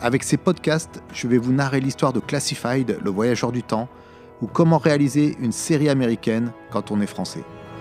Avec ces podcasts, je vais vous narrer l'histoire de Classified, le voyageur du temps, ou comment réaliser une série américaine quand on est français.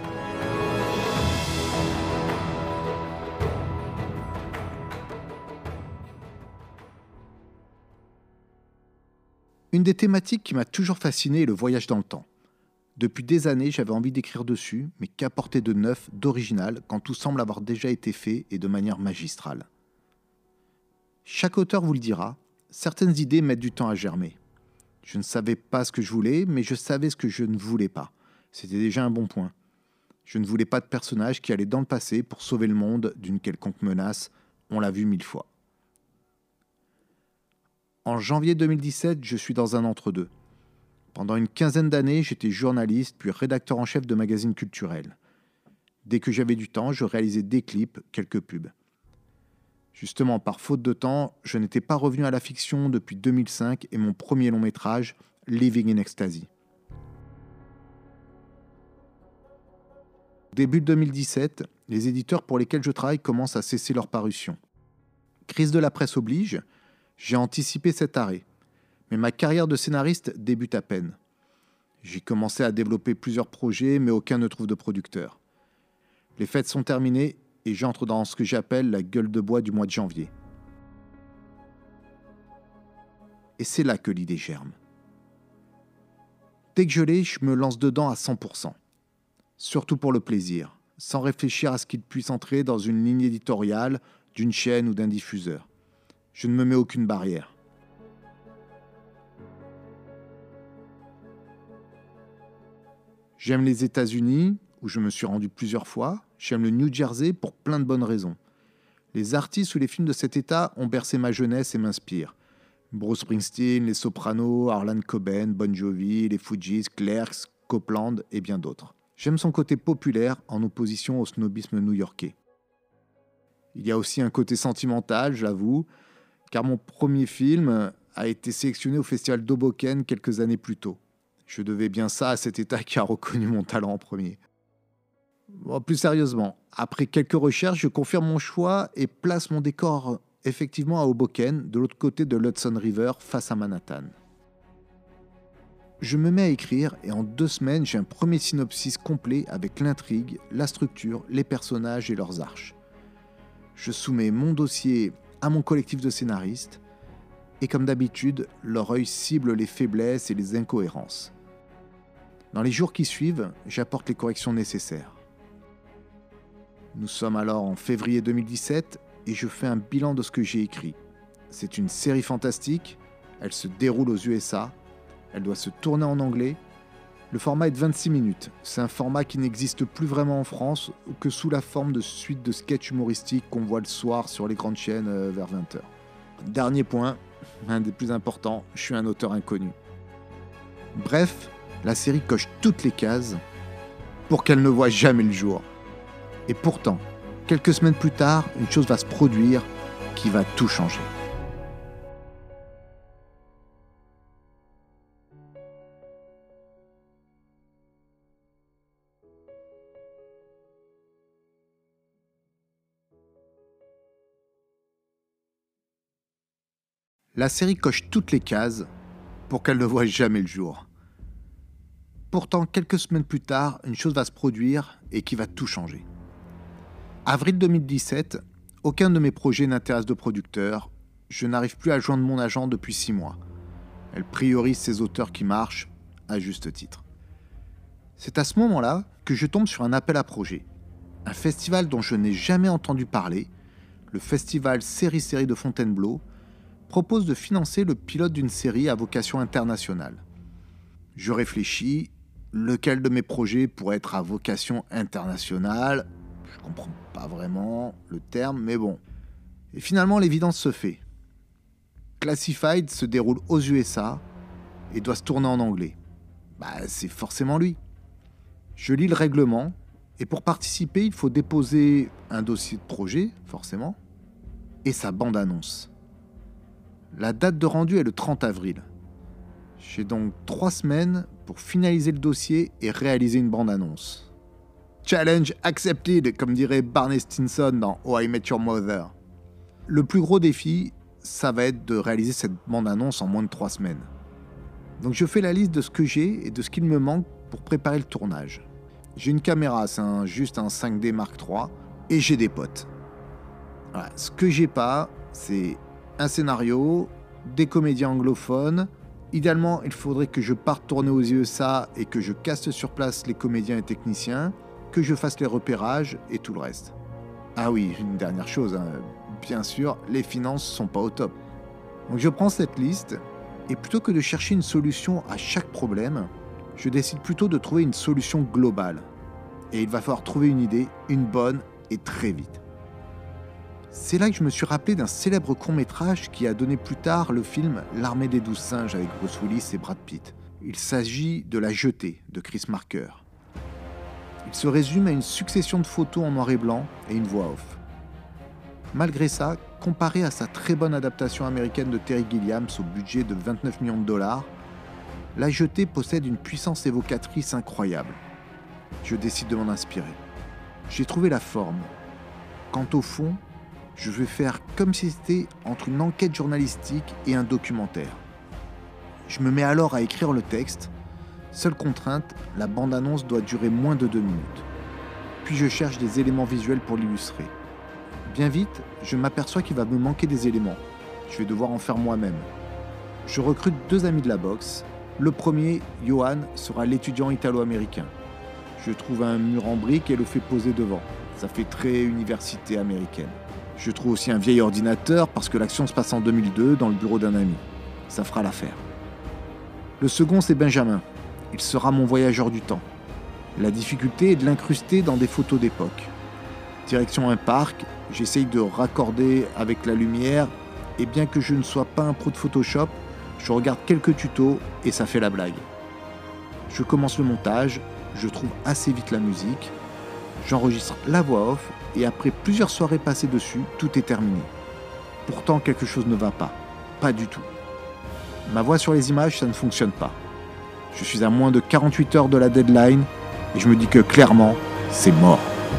Une des thématiques qui m'a toujours fasciné est le voyage dans le temps. Depuis des années, j'avais envie d'écrire dessus, mais qu'apporter de neuf, d'original, quand tout semble avoir déjà été fait et de manière magistrale. Chaque auteur vous le dira, certaines idées mettent du temps à germer. Je ne savais pas ce que je voulais, mais je savais ce que je ne voulais pas. C'était déjà un bon point. Je ne voulais pas de personnage qui allait dans le passé pour sauver le monde d'une quelconque menace, on l'a vu 1000 fois. En janvier 2017, je suis dans un entre-deux. Pendant une quinzaine d'années, j'étais journaliste puis rédacteur en chef de magazines culturels. Dès que j'avais du temps, je réalisais des clips, quelques pubs. Justement, par faute de temps, je n'étais pas revenu à la fiction depuis 2005 et mon premier long métrage, Living in Ecstasy. Début 2017, les éditeurs pour lesquels je travaille commencent à cesser leur parution. Crise de la presse oblige, j'ai anticipé cet arrêt. Mais ma carrière de scénariste débute à peine. J'ai commencé à développer plusieurs projets, mais aucun ne trouve de producteur. Les fêtes sont terminées et j'entre dans ce que j'appelle la gueule de bois du mois de janvier. Et c'est là que l'idée germe. Dès que je l'ai, je me lance dedans à 100%. Surtout pour le plaisir, sans réfléchir à ce qu'il puisse entrer dans une ligne éditoriale, d'une chaîne ou d'un diffuseur. Je ne me mets aucune barrière. J'aime les États-Unis, où je me suis rendu plusieurs fois. J'aime le New Jersey pour plein de bonnes raisons. Les artistes ou les films de cet état ont bercé ma jeunesse et m'inspirent. Bruce Springsteen, Les Sopranos, Harlan Coben, Bon Jovi, les Fugees, Clerks, Copland et bien d'autres. J'aime son côté populaire en opposition au snobisme new-yorkais. Il y a aussi un côté sentimental, j'avoue, car mon premier film a été sélectionné au festival d'Hoboken quelques années plus tôt. Je devais bien ça à cet état qui a reconnu mon talent en premier. Bon, plus sérieusement, après quelques recherches, je confirme mon choix et place mon décor effectivement à Hoboken, de l'autre côté de l'Hudson River, face à Manhattan. Je me mets à écrire et en 2 semaines, j'ai un premier synopsis complet avec l'intrigue, la structure, les personnages et leurs arches. Je soumets mon dossier à mon collectif de scénaristes et comme d'habitude, leur œil cible les faiblesses et les incohérences. Dans les jours qui suivent, j'apporte les corrections nécessaires. Nous sommes alors en février 2017 et je fais un bilan de ce que j'ai écrit. C'est une série fantastique, elle se déroule aux USA, elle doit se tourner en anglais. Le format est de 26 minutes, c'est un format qui n'existe plus vraiment en France que sous la forme de suites de sketchs humoristiques qu'on voit le soir sur les grandes chaînes vers 20h. Dernier point, un des plus importants, je suis un auteur inconnu. Bref, la série coche toutes les cases pour qu'elle ne voie jamais le jour. Et pourtant, quelques semaines plus tard, une chose va se produire qui va tout changer. La série coche toutes les cases pour qu'elle ne voie jamais le jour. Pourtant, quelques semaines plus tard, une chose va se produire et qui va tout changer. Avril 2017, aucun de mes projets n'intéresse de producteur. Je n'arrive plus à joindre mon agent depuis 6 mois. Elle priorise ses auteurs qui marchent, à juste titre. C'est à ce moment-là que je tombe sur un appel à projet. Un festival dont je n'ai jamais entendu parler, le festival Série de Fontainebleau, propose de financer le pilote d'une série à vocation internationale. Je réfléchis, lequel de mes projets pourrait être à vocation internationale ? Je comprends pas vraiment le terme, mais bon. Et finalement, l'évidence se fait. Classified se déroule aux USA et doit se tourner en anglais. C'est forcément lui. Je lis le règlement, et pour participer, il faut déposer un dossier de projet, forcément, et sa bande-annonce. La date de rendu est le 30 avril. J'ai donc 3 semaines pour finaliser le dossier et réaliser une bande-annonce. Challenge accepted, comme dirait Barney Stinson dans How I Met Your Mother. Le plus gros défi, ça va être de réaliser cette bande-annonce en moins de 3 semaines. Donc je fais la liste de ce que j'ai et de ce qu'il me manque pour préparer le tournage. J'ai une caméra, c'est juste un 5D Mark III, et j'ai des potes. Voilà. Ce que j'ai pas, c'est un scénario, des comédiens anglophones. Idéalement, il faudrait que je parte tourner aux USA et que je caste sur place les comédiens et techniciens, que je fasse les repérages et tout le reste. Ah oui, une dernière chose, hein. Bien sûr, les finances sont pas au top. Donc je prends cette liste et plutôt que de chercher une solution à chaque problème, je décide plutôt de trouver une solution globale. Et il va falloir trouver une idée, une bonne et très vite. C'est là que je me suis rappelé d'un célèbre court-métrage qui a donné plus tard le film L'Armée des 12 singes avec Bruce Willis et Brad Pitt. Il s'agit de La Jetée de Chris Marker. Il se résume à une succession de photos en noir et blanc et une voix off. Malgré ça, comparé à sa très bonne adaptation américaine de Terry Gilliam au budget de 29 millions de dollars, La Jetée possède une puissance évocatrice incroyable. Je décide de m'en inspirer. J'ai trouvé la forme. Quant au fond, je vais faire comme si c'était entre une enquête journalistique et un documentaire. Je me mets alors à écrire le texte. Seule contrainte, la bande-annonce doit durer moins de 2 minutes. Puis je cherche des éléments visuels pour l'illustrer. Bien vite, je m'aperçois qu'il va me manquer des éléments. Je vais devoir en faire moi-même. Je recrute 2 amis de la boxe. Le premier, Johan, sera l'étudiant italo-américain. Je trouve un mur en briques et le fais poser devant. Ça fait très université américaine. Je trouve aussi un vieil ordinateur parce que l'action se passe en 2002 dans le bureau d'un ami. Ça fera l'affaire. Le second, c'est Benjamin. Il sera mon voyageur du temps. La difficulté est de l'incruster dans des photos d'époque. Direction un parc, j'essaye de raccorder avec la lumière et bien que je ne sois pas un pro de Photoshop, je regarde quelques tutos et ça fait la blague. Je commence le montage, je trouve assez vite la musique, j'enregistre la voix off et après plusieurs soirées passées dessus, tout est terminé. Pourtant, quelque chose ne va pas. Pas du tout. Ma voix sur les images, ça ne fonctionne pas. Je suis à moins de 48 heures de la deadline et je me dis que clairement, c'est mort.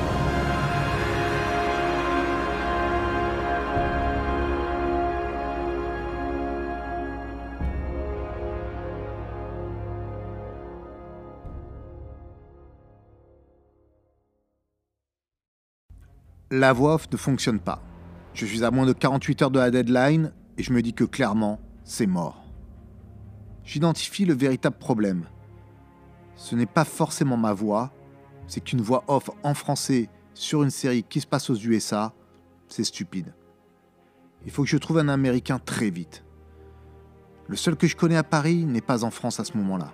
La voix off ne fonctionne pas. Je suis à moins de 48 heures de la deadline et je me dis que clairement, c'est mort. J'identifie le véritable problème. Ce n'est pas forcément ma voix, c'est qu'une voix off en français sur une série qui se passe aux USA, c'est stupide. Il faut que je trouve un Américain très vite. Le seul que je connais à Paris n'est pas en France à ce moment-là.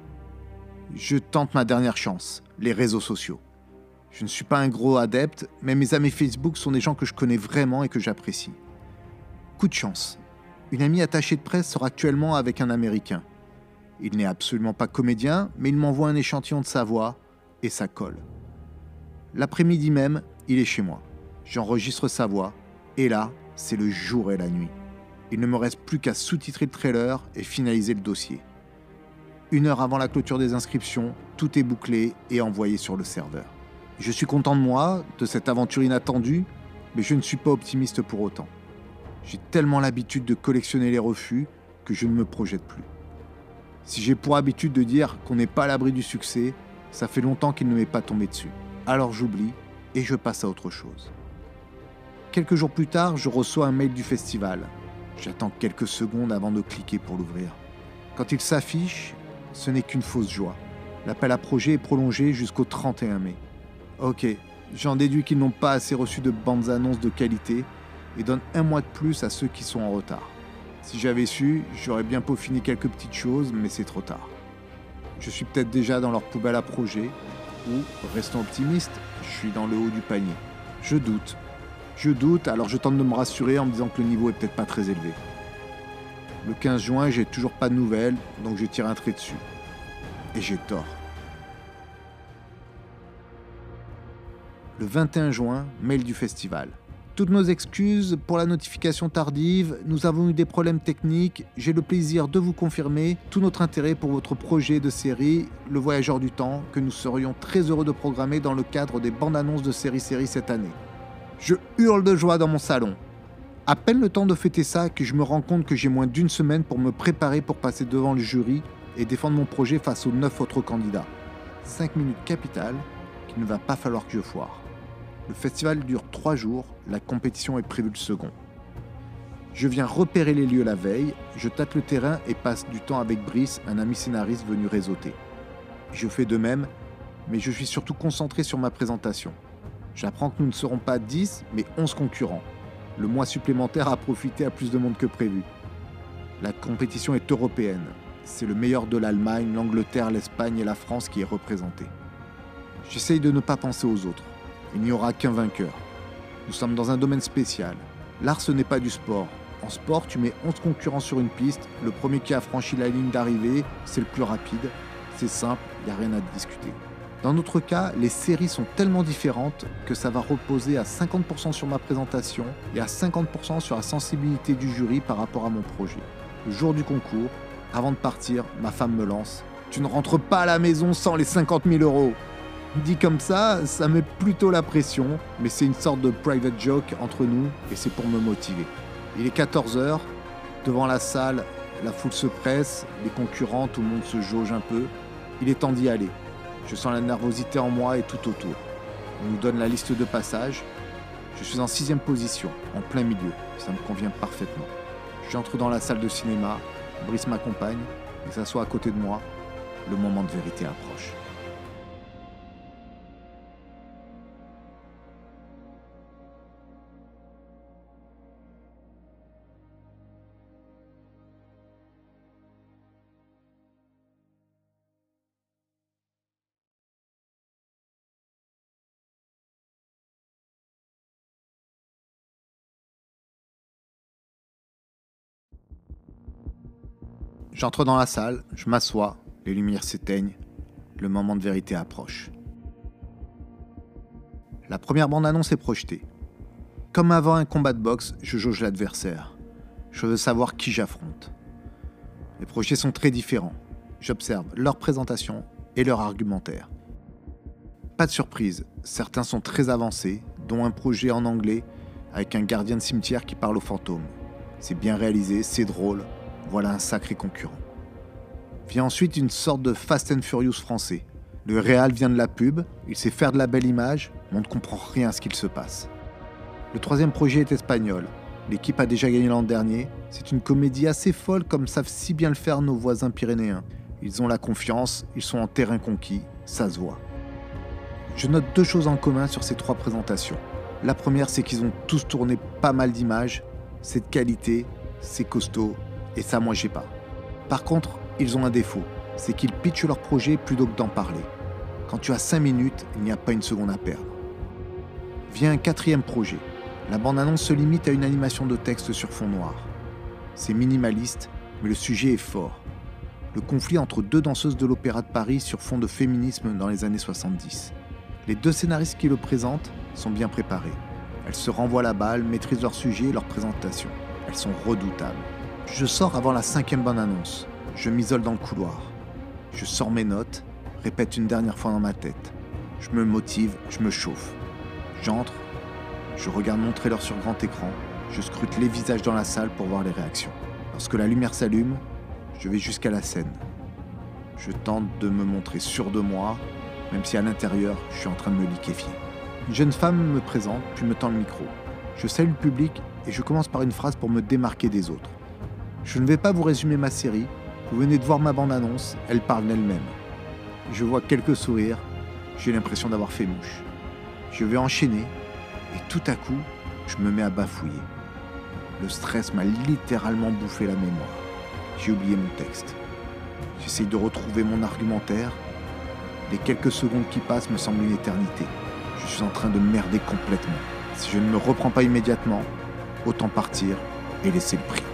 Je tente ma dernière chance, les réseaux sociaux. Je ne suis pas un gros adepte, mais mes amis Facebook sont des gens que je connais vraiment et que j'apprécie. Coup de chance. Une amie attachée de presse sort actuellement avec un Américain. Il n'est absolument pas comédien, mais il m'envoie un échantillon de sa voix et ça colle. L'après-midi même, il est chez moi. J'enregistre sa voix et là, c'est le jour et la nuit. Il ne me reste plus qu'à sous-titrer le trailer et finaliser le dossier. 1 heure avant la clôture des inscriptions, tout est bouclé et envoyé sur le serveur. Je suis content de moi, de cette aventure inattendue, mais je ne suis pas optimiste pour autant. J'ai tellement l'habitude de collectionner les refus que je ne me projette plus. Si j'ai pour habitude de dire qu'on n'est pas à l'abri du succès, ça fait longtemps qu'il ne m'est pas tombé dessus. Alors j'oublie et je passe à autre chose. Quelques jours plus tard, je reçois un mail du festival. J'attends quelques secondes avant de cliquer pour l'ouvrir. Quand il s'affiche, ce n'est qu'une fausse joie. L'appel à projet est prolongé jusqu'au 31 mai. Ok, j'en déduis qu'ils n'ont pas assez reçu de bandes annonces de qualité et donnent 1 mois de plus à ceux qui sont en retard. Si j'avais su, j'aurais bien peaufiné quelques petites choses, mais c'est trop tard. Je suis peut-être déjà dans leur poubelle à projet, ou, restons optimistes, je suis dans le haut du panier. Je doute, alors je tente de me rassurer en me disant que le niveau est peut-être pas très élevé. Le 15 juin, j'ai toujours pas de nouvelles, donc je tire un trait dessus. Et j'ai tort. Le 21 juin, mail du festival. Toutes nos excuses pour la notification tardive, nous avons eu des problèmes techniques, j'ai le plaisir de vous confirmer tout notre intérêt pour votre projet de série, Le Voyageur du Temps, que nous serions très heureux de programmer dans le cadre des bandes annonces de série cette année. Je hurle de joie dans mon salon. À peine le temps de fêter ça que je me rends compte que j'ai moins d'une semaine pour me préparer pour passer devant le jury et défendre mon projet face aux 9 autres candidats. 5 minutes capitales qu'il ne va pas falloir que je foire. Le festival dure 3 jours, la compétition est prévue le second. Je viens repérer les lieux la veille, je tâte le terrain et passe du temps avec Brice, un ami scénariste venu réseauter. Je fais de même, mais je suis surtout concentré sur ma présentation. J'apprends que nous ne serons pas 10, mais 11 concurrents. Le mois supplémentaire a profité à plus de monde que prévu. La compétition est européenne. C'est le meilleur de l'Allemagne, l'Angleterre, l'Espagne et la France qui est représenté. J'essaye de ne pas penser aux autres. Il n'y aura qu'un vainqueur. Nous sommes dans un domaine spécial. L'art, ce n'est pas du sport. En sport, tu mets 11 concurrents sur une piste. Le premier qui a franchi la ligne d'arrivée, c'est le plus rapide. C'est simple, il n'y a rien à discuter. Dans notre cas, les séries sont tellement différentes que ça va reposer à 50% sur ma présentation et à 50% sur la sensibilité du jury par rapport à mon projet. Le jour du concours, avant de partir, ma femme me lance « Tu ne rentres pas à la maison sans les 50 000 euros !» Dit comme ça met plutôt la pression, mais c'est une sorte de private joke entre nous et c'est pour me motiver. Il est 14h, devant la salle, la foule se presse, les concurrents, tout le monde se jauge un peu. Il est temps d'y aller. Je sens la nervosité en moi et tout autour. On nous donne la liste de passage. Je suis en 6e position, en plein milieu. Ça me convient parfaitement. J'entre dans la salle de cinéma, Brice m'accompagne et s'assoit à côté de moi. Le moment de vérité approche. J'entre dans la salle, je m'assois, les lumières s'éteignent, le moment de vérité approche. La première bande-annonce est projetée. Comme avant un combat de boxe, je jauge l'adversaire. Je veux savoir qui j'affronte. Les projets sont très différents. J'observe leur présentation et leur argumentaire. Pas de surprise, certains sont très avancés, dont un projet en anglais avec un gardien de cimetière qui parle aux fantômes. C'est bien réalisé, c'est drôle, voilà un sacré concurrent. Vient ensuite une sorte de Fast and Furious français. Le réal vient de la pub, il sait faire de la belle image, mais on ne comprend rien à ce qu'il se passe. Le troisième projet est espagnol. L'équipe a déjà gagné l'an dernier. C'est une comédie assez folle comme savent si bien le faire nos voisins pyrénéens. Ils ont la confiance, ils sont en terrain conquis, ça se voit. Je note 2 choses en commun sur ces 3 présentations. La première, c'est qu'ils ont tous tourné pas mal d'images. C'est de qualité, c'est costaud, et ça, moi, j'ai pas. Par contre, ils ont un défaut, c'est qu'ils pitchent leur projet plutôt que d'en parler. Quand tu as 5 minutes, il n'y a pas une seconde à perdre. Vient un 4e projet. La bande-annonce se limite à une animation de texte sur fond noir. C'est minimaliste, mais le sujet est fort. Le conflit entre 2 danseuses de l'Opéra de Paris sur fond de féminisme dans les années 70. Les 2 scénaristes qui le présentent sont bien préparés. Elles se renvoient la balle, maîtrisent leur sujet et leur présentation. Elles sont redoutables. Je sors avant la 5e bande-annonce. Je m'isole dans le couloir. Je sors mes notes, répète une dernière fois dans ma tête. Je me motive, je me chauffe. J'entre, je regarde mon trailer sur grand écran, je scrute les visages dans la salle pour voir les réactions. Lorsque la lumière s'allume, je vais jusqu'à la scène. Je tente de me montrer sûr de moi, même si à l'intérieur, je suis en train de me liquéfier. Une jeune femme me présente, puis me tend le micro. Je salue le public et je commence par une phrase pour me démarquer des autres. Je ne vais pas vous résumer ma série, vous venez de voir ma bande-annonce, elle parle d'elle-même. Je vois quelques sourires, j'ai l'impression d'avoir fait mouche. Je vais enchaîner, et tout à coup, je me mets à bafouiller. Le stress m'a littéralement bouffé la mémoire. J'ai oublié mon texte. J'essaye de retrouver mon argumentaire. Les quelques secondes qui passent me semblent une éternité. Je suis en train de merder complètement. Si je ne me reprends pas immédiatement, autant partir et laisser le prix.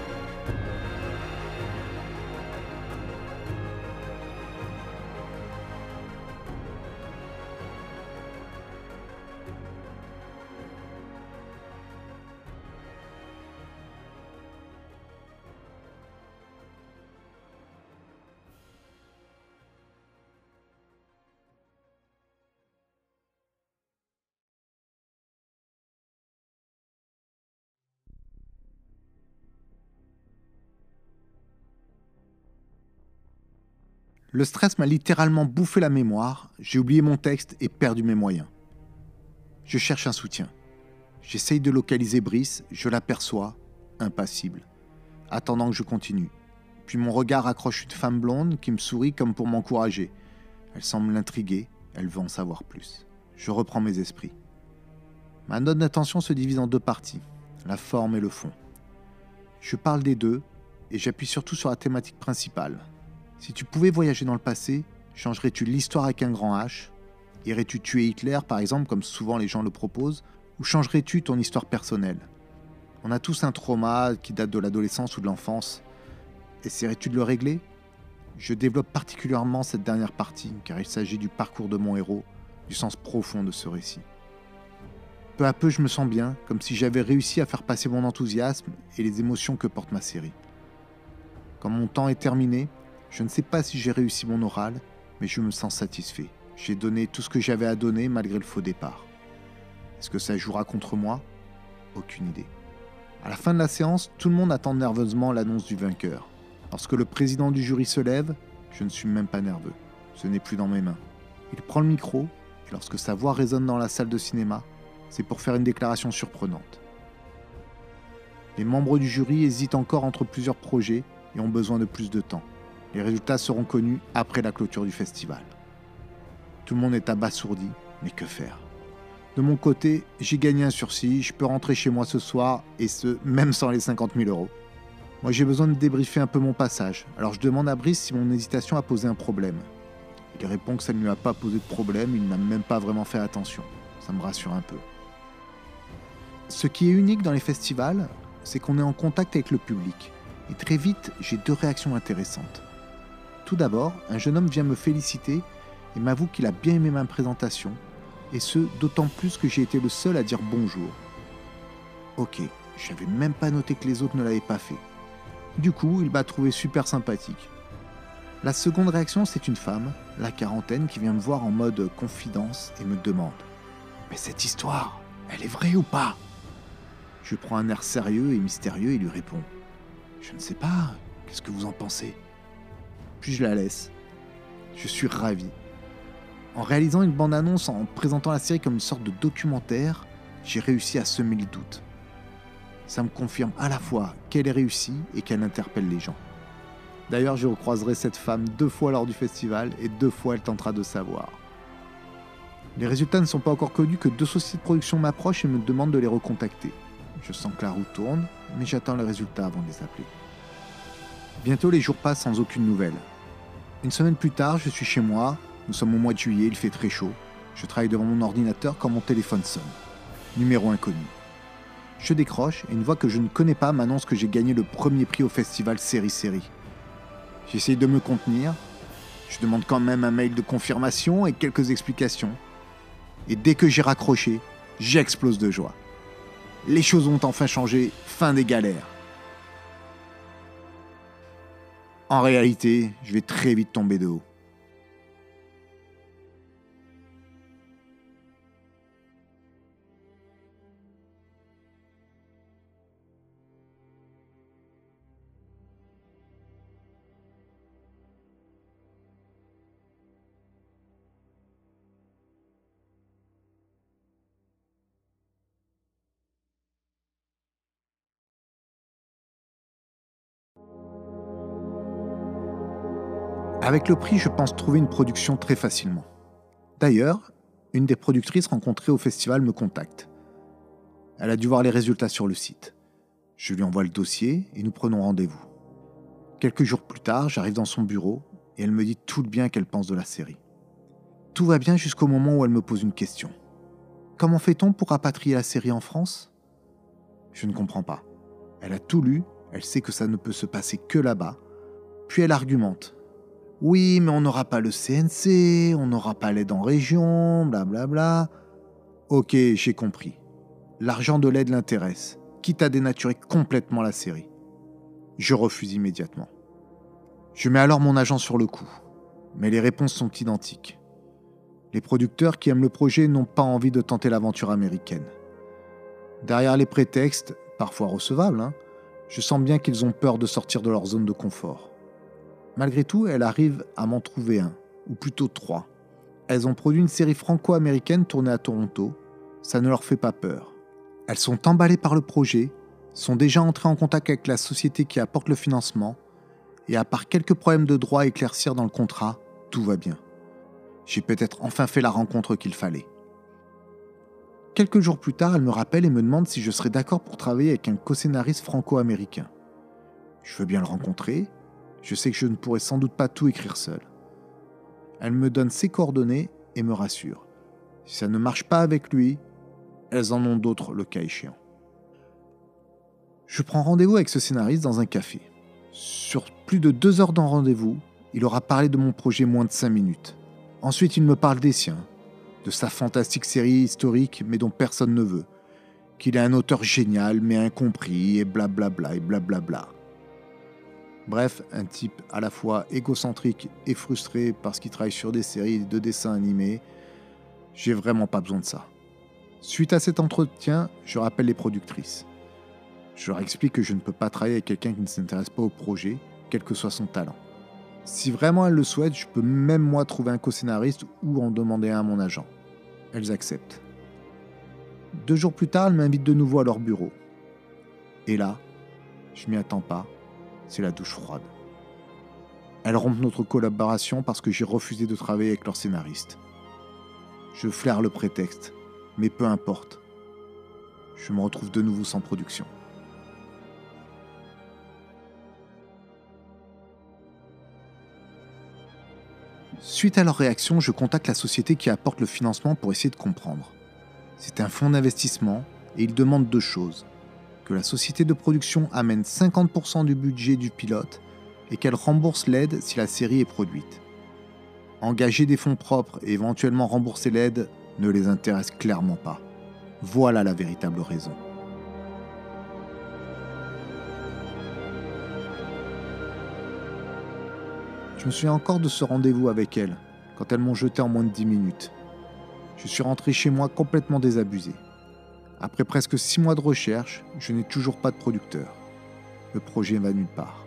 Le stress m'a littéralement bouffé la mémoire, j'ai oublié mon texte et perdu mes moyens. Je cherche un soutien. J'essaye de localiser Brice, je l'aperçois, impassible, attendant que je continue. Puis mon regard accroche une femme blonde qui me sourit comme pour m'encourager. Elle semble l'intriguer, elle veut en savoir plus. Je reprends mes esprits. Ma note d'attention se divise en deux parties, la forme et le fond. Je parle des deux et j'appuie surtout sur la thématique principale. Si tu pouvais voyager dans le passé, changerais-tu l'histoire avec un grand H? Irais-tu tuer Hitler, par exemple, comme souvent les gens le proposent? Ou changerais-tu ton histoire personnelle? On a tous un trauma qui date de l'adolescence ou de l'enfance. Essaierais-tu de le régler? Je développe particulièrement cette dernière partie, car il s'agit du parcours de mon héros, du sens profond de ce récit. Peu à peu, je me sens bien, comme si j'avais réussi à faire passer mon enthousiasme et les émotions que porte ma série. Quand mon temps est terminé, je ne sais pas si j'ai réussi mon oral, mais je me sens satisfait. J'ai donné tout ce que j'avais à donner malgré le faux départ. Est-ce que ça jouera contre moi? Aucune idée. À la fin de la séance, tout le monde attend nerveusement l'annonce du vainqueur. Lorsque le président du jury se lève, je ne suis même pas nerveux. Ce n'est plus dans mes mains. Il prend le micro, et lorsque sa voix résonne dans la salle de cinéma, c'est pour faire une déclaration surprenante. Les membres du jury hésitent encore entre plusieurs projets et ont besoin de plus de temps. Les résultats seront connus après la clôture du festival. Tout le monde est abasourdi, mais que faire? De mon côté, j'ai gagné un sursis, je peux rentrer chez moi ce soir, et ce, même sans les 50 000 euros. Moi, j'ai besoin de débriefer un peu mon passage, alors je demande à Brice si mon hésitation a posé un problème. Il répond que ça ne lui a pas posé de problème, il n'a même pas vraiment fait attention. Ça me rassure un peu. Ce qui est unique dans les festivals, c'est qu'on est en contact avec le public. Et très vite, j'ai deux réactions intéressantes. Tout d'abord, un jeune homme vient me féliciter et m'avoue qu'il a bien aimé ma présentation, et ce, d'autant plus que j'ai été le seul à dire bonjour. Ok, j'avais même pas noté que les autres ne l'avaient pas fait. Du coup, il m'a trouvé super sympathique. La seconde réaction, c'est une femme, la quarantaine, qui vient me voir en mode confidence et me demande « Mais cette histoire, elle est vraie ou pas ?» Je prends un air sérieux et mystérieux et lui réponds « Je ne sais pas, qu'est-ce que vous en pensez ?» Puis je la laisse. Je suis ravi. En réalisant une bande-annonce en présentant la série comme une sorte de documentaire, j'ai réussi à semer le doute. Ça me confirme à la fois qu'elle est réussie et qu'elle interpelle les gens. D'ailleurs, je recroiserai cette femme 2 fois lors du festival et 2 fois elle tentera de savoir. Les résultats ne sont pas encore connus que 2 sociétés de production m'approchent et me demandent de les recontacter. Je sens que la roue tourne, mais j'attends les résultats avant de les appeler. Bientôt, les jours passent sans aucune nouvelle. Une semaine plus tard, je suis chez moi, nous sommes au mois de juillet, il fait très chaud. Je travaille devant mon ordinateur quand mon téléphone sonne. Numéro inconnu. Je décroche et une voix que je ne connais pas m'annonce que j'ai gagné le premier prix au festival Série. J'essaye de me contenir, je demande quand même un mail de confirmation et quelques explications. Et dès que j'ai raccroché, j'explose de joie. Les choses ont enfin changé, fin des galères. En réalité, je vais très vite tomber de haut. Avec le prix, je pense trouver une production très facilement. D'ailleurs, une des productrices rencontrées au festival me contacte. Elle a dû voir les résultats sur le site. Je lui envoie le dossier et nous prenons rendez-vous. Quelques jours plus tard, j'arrive dans son bureau et elle me dit tout le bien qu'elle pense de la série. Tout va bien jusqu'au moment où elle me pose une question. Comment fait-on pour rapatrier la série en France? Je ne comprends pas. Elle a tout lu, elle sait que ça ne peut se passer que là-bas. Puis elle argumente. Oui, mais on n'aura pas le CNC, on n'aura pas l'aide en région, blablabla. Ok, j'ai compris. L'argent de l'aide l'intéresse, quitte à dénaturer complètement la série. Je refuse immédiatement. Je mets alors mon agent sur le coup, mais les réponses sont identiques. Les producteurs qui aiment le projet n'ont pas envie de tenter l'aventure américaine. Derrière les prétextes, parfois recevables, je sens bien qu'ils ont peur de sortir de leur zone de confort. Malgré tout, elle arrive à m'en trouver un, ou plutôt 3. Elles ont produit une série franco-américaine tournée à Toronto. Ça ne leur fait pas peur. Elles sont emballées par le projet, sont déjà entrées en contact avec la société qui apporte le financement, et à part quelques problèmes de droit à éclaircir dans le contrat, tout va bien. J'ai peut-être enfin fait la rencontre qu'il fallait. Quelques jours plus tard, elle me rappelle et me demande si je serais d'accord pour travailler avec un co-scénariste franco-américain. Je veux bien le rencontrer, je sais que je ne pourrais sans doute pas tout écrire seul. Elle me donne ses coordonnées et me rassure. Si ça ne marche pas avec lui, elles en ont d'autres le cas échéant. Je prends rendez-vous avec ce scénariste dans un café. Sur plus de 2 heures d'en rendez-vous, il aura parlé de mon projet moins de 5 minutes. Ensuite, il me parle des siens, de sa fantastique série historique mais dont personne ne veut, qu'il est un auteur génial mais incompris et blablabla et blablabla. Bref, un type à la fois égocentrique et frustré parce qu'il travaille sur des séries de dessins animés. J'ai vraiment pas besoin de ça. Suite à cet entretien, je rappelle les productrices. Je leur explique que je ne peux pas travailler avec quelqu'un qui ne s'intéresse pas au projet, quel que soit son talent. Si vraiment elles le souhaitent, je peux même moi trouver un co-scénariste ou en demander un à mon agent. Elles acceptent. 2 jours plus tard, elles m'invitent de nouveau à leur bureau. Et là, je m'y attends pas, c'est la douche froide. Elles rompent notre collaboration parce que j'ai refusé de travailler avec leur scénariste. Je flaire le prétexte, mais peu importe. Je me retrouve de nouveau sans production. Suite à leur réaction, je contacte la société qui apporte le financement pour essayer de comprendre. C'est un fonds d'investissement et ils demandent 2 choses. Que la société de production amène 50% du budget du pilote et qu'elle rembourse l'aide si la série est produite. Engager des fonds propres et éventuellement rembourser l'aide ne les intéresse clairement pas. Voilà la véritable raison. Je me souviens encore de ce rendez-vous avec elles, quand elles m'ont jeté en moins de 10 minutes. Je suis rentré chez moi complètement désabusé. Après presque 6 mois de recherche, je n'ai toujours pas de producteur. Le projet va nulle part.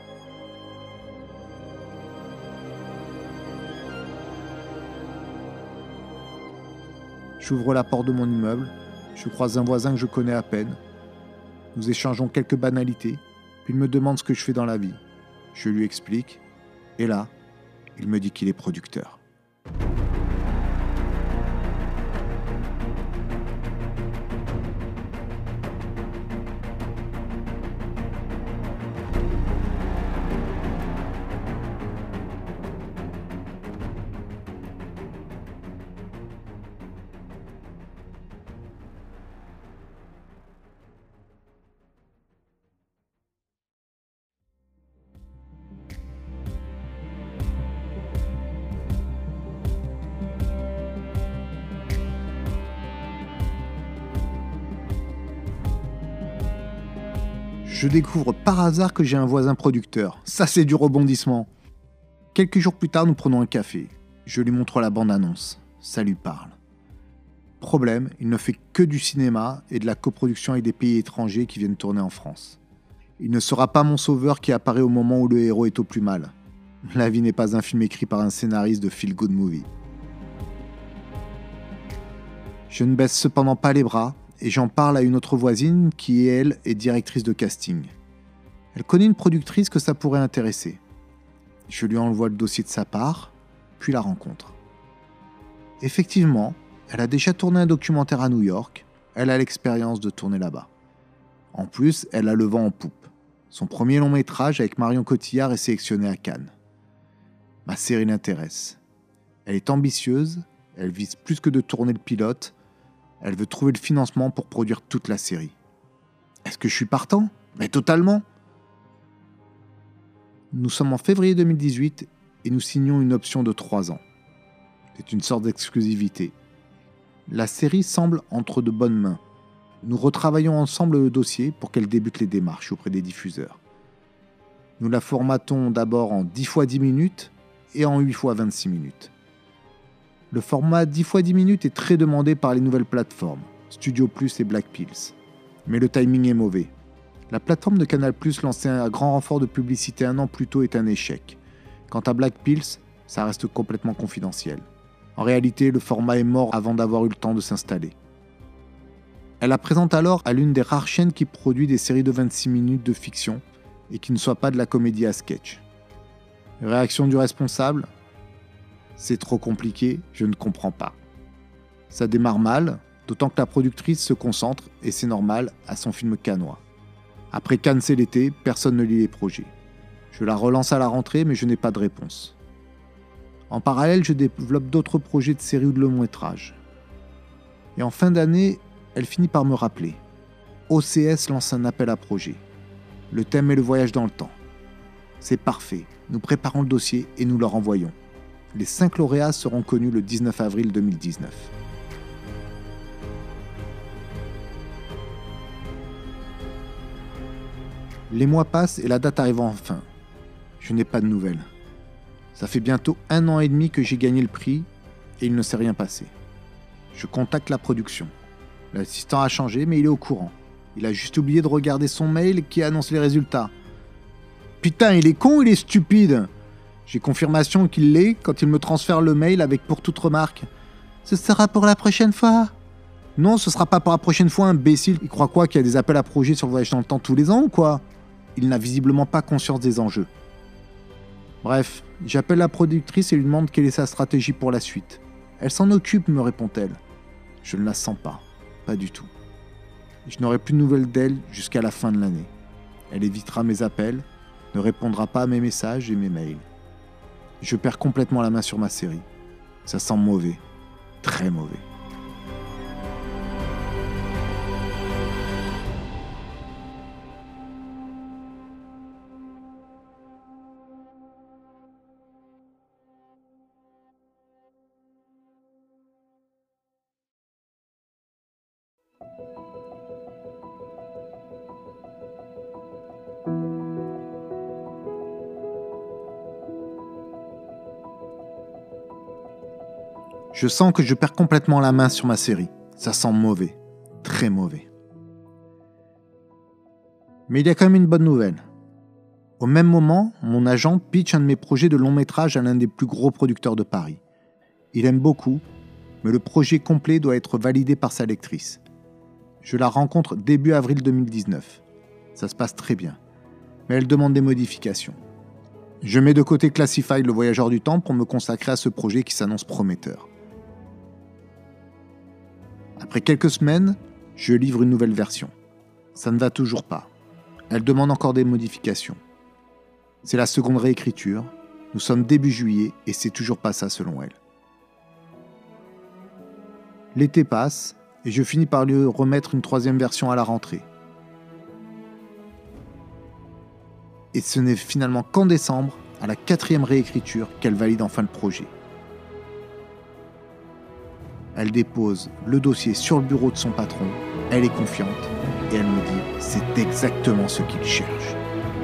J'ouvre la porte de mon immeuble, je croise un voisin que je connais à peine. Nous échangeons quelques banalités, puis il me demande ce que je fais dans la vie. Je lui explique, et là, il me dit qu'il est producteur. Je découvre par hasard que j'ai un voisin producteur. Ça, c'est du rebondissement. Quelques jours plus tard, nous prenons un café. Je lui montre la bande-annonce. Ça lui parle. Problème, il ne fait que du cinéma et de la coproduction avec des pays étrangers qui viennent tourner en France. Il ne sera pas mon sauveur qui apparaît au moment où le héros est au plus mal. La vie n'est pas un film écrit par un scénariste de feel good movie. Je ne baisse cependant pas les bras et j'en parle à une autre voisine qui, elle, est directrice de casting. Elle connaît une productrice que ça pourrait intéresser. Je lui envoie le dossier de sa part, puis la rencontre. Effectivement, elle a déjà tourné un documentaire à New York, elle a l'expérience de tourner là-bas. En plus, elle a le vent en poupe. Son premier long métrage avec Marion Cotillard est sélectionné à Cannes. Ma série l'intéresse. Elle est ambitieuse, elle vise plus que de tourner le pilote, elle veut trouver le financement pour produire toute la série. Est-ce que je suis partant ? Mais totalement ! Nous sommes en février 2018 et nous signons une option de 3 ans. C'est une sorte d'exclusivité. La série semble entre de bonnes mains. Nous retravaillons ensemble le dossier pour qu'elle débute les démarches auprès des diffuseurs. Nous la formatons d'abord en 10 x 10 minutes et en 8 x 26 minutes. Le format 10 x 10 minutes est très demandé par les nouvelles plateformes, Studio Plus et Black Pills. Mais le timing est mauvais. La plateforme de Canal+, lancée à grand renfort de publicité 1 an plus tôt, est un échec. Quant à Black Pills, ça reste complètement confidentiel. En réalité, le format est mort avant d'avoir eu le temps de s'installer. Elle la présente alors à l'une des rares chaînes qui produit des séries de 26 minutes de fiction et qui ne soit pas de la comédie à sketch. Réaction du responsable ? C'est trop compliqué, je ne comprends pas. Ça démarre mal, d'autant que la productrice se concentre, et c'est normal, à son film cannois. Après Cannes, c'est l'été, personne ne lit les projets. Je la relance à la rentrée, mais je n'ai pas de réponse. En parallèle, je développe d'autres projets de séries ou de long-métrage. Et en fin d'année, elle finit par me rappeler. OCS lance un appel à projet. Le thème est le voyage dans le temps. C'est parfait, nous préparons le dossier et nous leur envoyons. Les 5 lauréats seront connus le 19 avril 2019. Les mois passent et la date arrive enfin. Je n'ai pas de nouvelles. Ça fait bientôt 1 an et demi que j'ai gagné le prix et il ne s'est rien passé. Je contacte la production. L'assistant a changé, mais il est au courant. Il a juste oublié de regarder son mail qui annonce les résultats. Putain, il est con ou il est stupide ? J'ai confirmation qu'il l'est quand il me transfère le mail avec pour toute remarque. Ce sera pour la prochaine fois. Non, ce sera pas pour la prochaine fois, imbécile. Il croit quoi, qu'il y a des appels à projets sur le voyage dans le temps tous les ans ou quoi ? Il n'a visiblement pas conscience des enjeux. Bref, j'appelle la productrice et lui demande quelle est sa stratégie pour la suite. Elle s'en occupe, me répond-elle. Je ne la sens pas. Pas du tout. Je n'aurai plus de nouvelles d'elle jusqu'à la fin de l'année. Elle évitera mes appels, ne répondra pas à mes messages et mes mails. Je perds complètement la main sur ma série. Ça sent mauvais. Très mauvais. Je sens que je perds complètement la main sur ma série. Ça sent mauvais. Très mauvais. Mais il y a quand même une bonne nouvelle. Au même moment, mon agent pitch un de mes projets de long métrage à l'un des plus gros producteurs de Paris. Il aime beaucoup, mais le projet complet doit être validé par sa lectrice. Je la rencontre début avril 2019. Ça se passe très bien. Mais elle demande des modifications. Je mets de côté Classified, le voyageur du temps, pour me consacrer à ce projet qui s'annonce prometteur. Après quelques semaines, je livre une nouvelle version. Ça ne va toujours pas. Elle demande encore des modifications. C'est la seconde réécriture. Nous sommes début juillet et c'est toujours pas ça selon elle. L'été passe et je finis par lui remettre une troisième version à la rentrée. Et ce n'est finalement qu'en décembre, à la 4e réécriture, qu'elle valide enfin le projet. Elle dépose le dossier sur le bureau de son patron, elle est confiante et elle me dit « c'est exactement ce qu'il cherche ».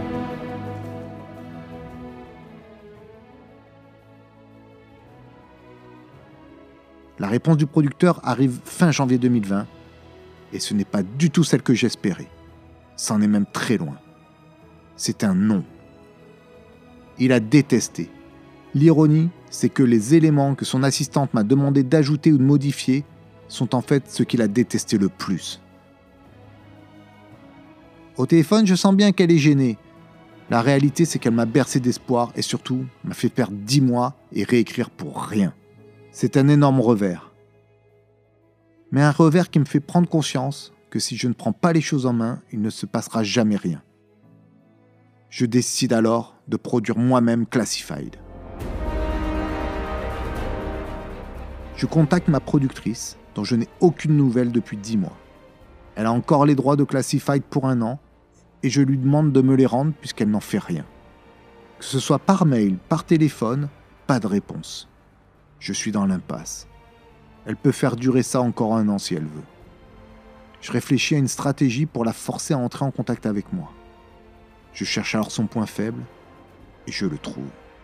La réponse du producteur arrive fin janvier 2020 et ce n'est pas du tout celle que j'espérais. C'en est même très loin. C'est un non. Il a détesté. L'ironie, c'est que les éléments que son assistante m'a demandé d'ajouter ou de modifier sont en fait ce qu'il a détesté le plus. Au téléphone, je sens bien qu'elle est gênée. La réalité, c'est qu'elle m'a bercé d'espoir et surtout m'a fait perdre 10 mois et réécrire pour rien. C'est un énorme revers. Mais un revers qui me fait prendre conscience que si je ne prends pas les choses en main, il ne se passera jamais rien. Je décide alors de produire moi-même Classified. Je contacte ma productrice, dont je n'ai aucune nouvelle depuis 10 mois. Elle a encore les droits de Classified pour 1 an, et je lui demande de me les rendre puisqu'elle n'en fait rien. Que ce soit par mail, par téléphone, pas de réponse. Je suis dans l'impasse. Elle peut faire durer ça encore 1 an si elle veut. Je réfléchis à une stratégie pour la forcer à entrer en contact avec moi. Je cherche alors son point faible, et je le trouve.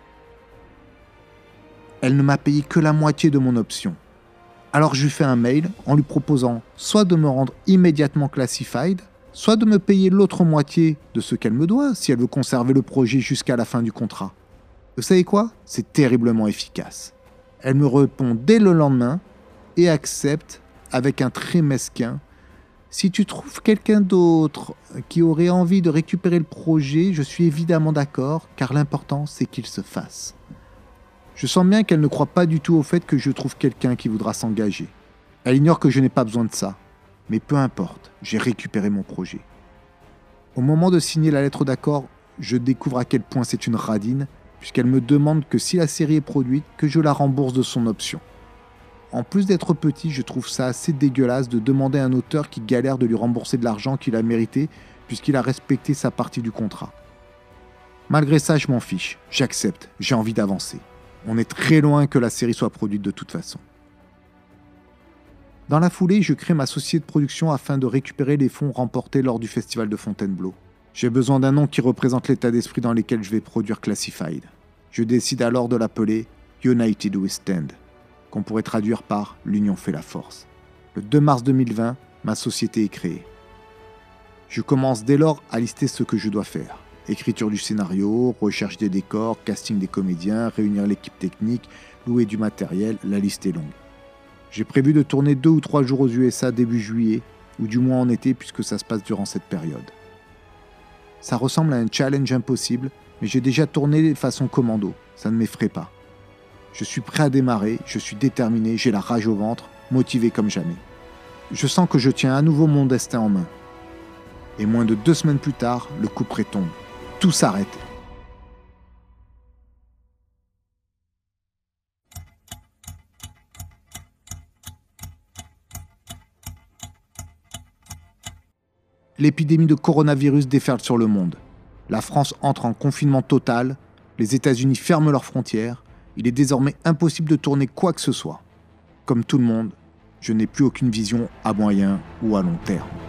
Elle ne m'a payé que la moitié de mon option. Alors je lui fais un mail en lui proposant soit de me rendre immédiatement Classified, soit de me payer l'autre moitié de ce qu'elle me doit si elle veut conserver le projet jusqu'à la fin du contrat. Vous savez quoi? C'est terriblement efficace. Elle me répond dès le lendemain et accepte avec un trait mesquin: si tu trouves quelqu'un d'autre qui aurait envie de récupérer le projet, je suis évidemment d'accord, car l'important c'est qu'il se fasse. Je sens bien qu'elle ne croit pas du tout au fait que je trouve quelqu'un qui voudra s'engager. Elle ignore que je n'ai pas besoin de ça. Mais peu importe, j'ai récupéré mon projet. Au moment de signer la lettre d'accord, je découvre à quel point c'est une radine, puisqu'elle me demande que si la série est produite, que je la rembourse de son option. En plus d'être petit, je trouve ça assez dégueulasse de demander à un auteur qui galère de lui rembourser de l'argent qu'il a mérité, puisqu'il a respecté sa partie du contrat. Malgré ça, je m'en fiche, j'accepte, j'ai envie d'avancer. On est très loin que la série soit produite de toute façon. Dans la foulée, je crée ma société de production afin de récupérer les fonds remportés lors du festival de Fontainebleau. J'ai besoin d'un nom qui représente l'état d'esprit dans lequel je vais produire Classified. Je décide alors de l'appeler United We Stand, qu'on pourrait traduire par L'Union fait la force. Le 2 mars 2020, ma société est créée. Je commence dès lors à lister ce que je dois faire. Écriture du scénario, recherche des décors, casting des comédiens, réunir l'équipe technique, louer du matériel, la liste est longue. J'ai prévu de tourner 2 ou 3 jours aux USA début juillet, ou du moins en été puisque ça se passe durant cette période. Ça ressemble à un challenge impossible, mais j'ai déjà tourné façon commando, ça ne m'effraie pas. Je suis prêt à démarrer, je suis déterminé, j'ai la rage au ventre, motivé comme jamais. Je sens que je tiens à nouveau mon destin en main. Et moins de 2 semaines plus tard, le coup près tombe. Tout s'arrête. L'épidémie de coronavirus déferle sur le monde. La France entre en confinement total, les États-Unis ferment leurs frontières, il est désormais impossible de tourner quoi que ce soit. Comme tout le monde, je n'ai plus aucune vision à moyen ou à long terme.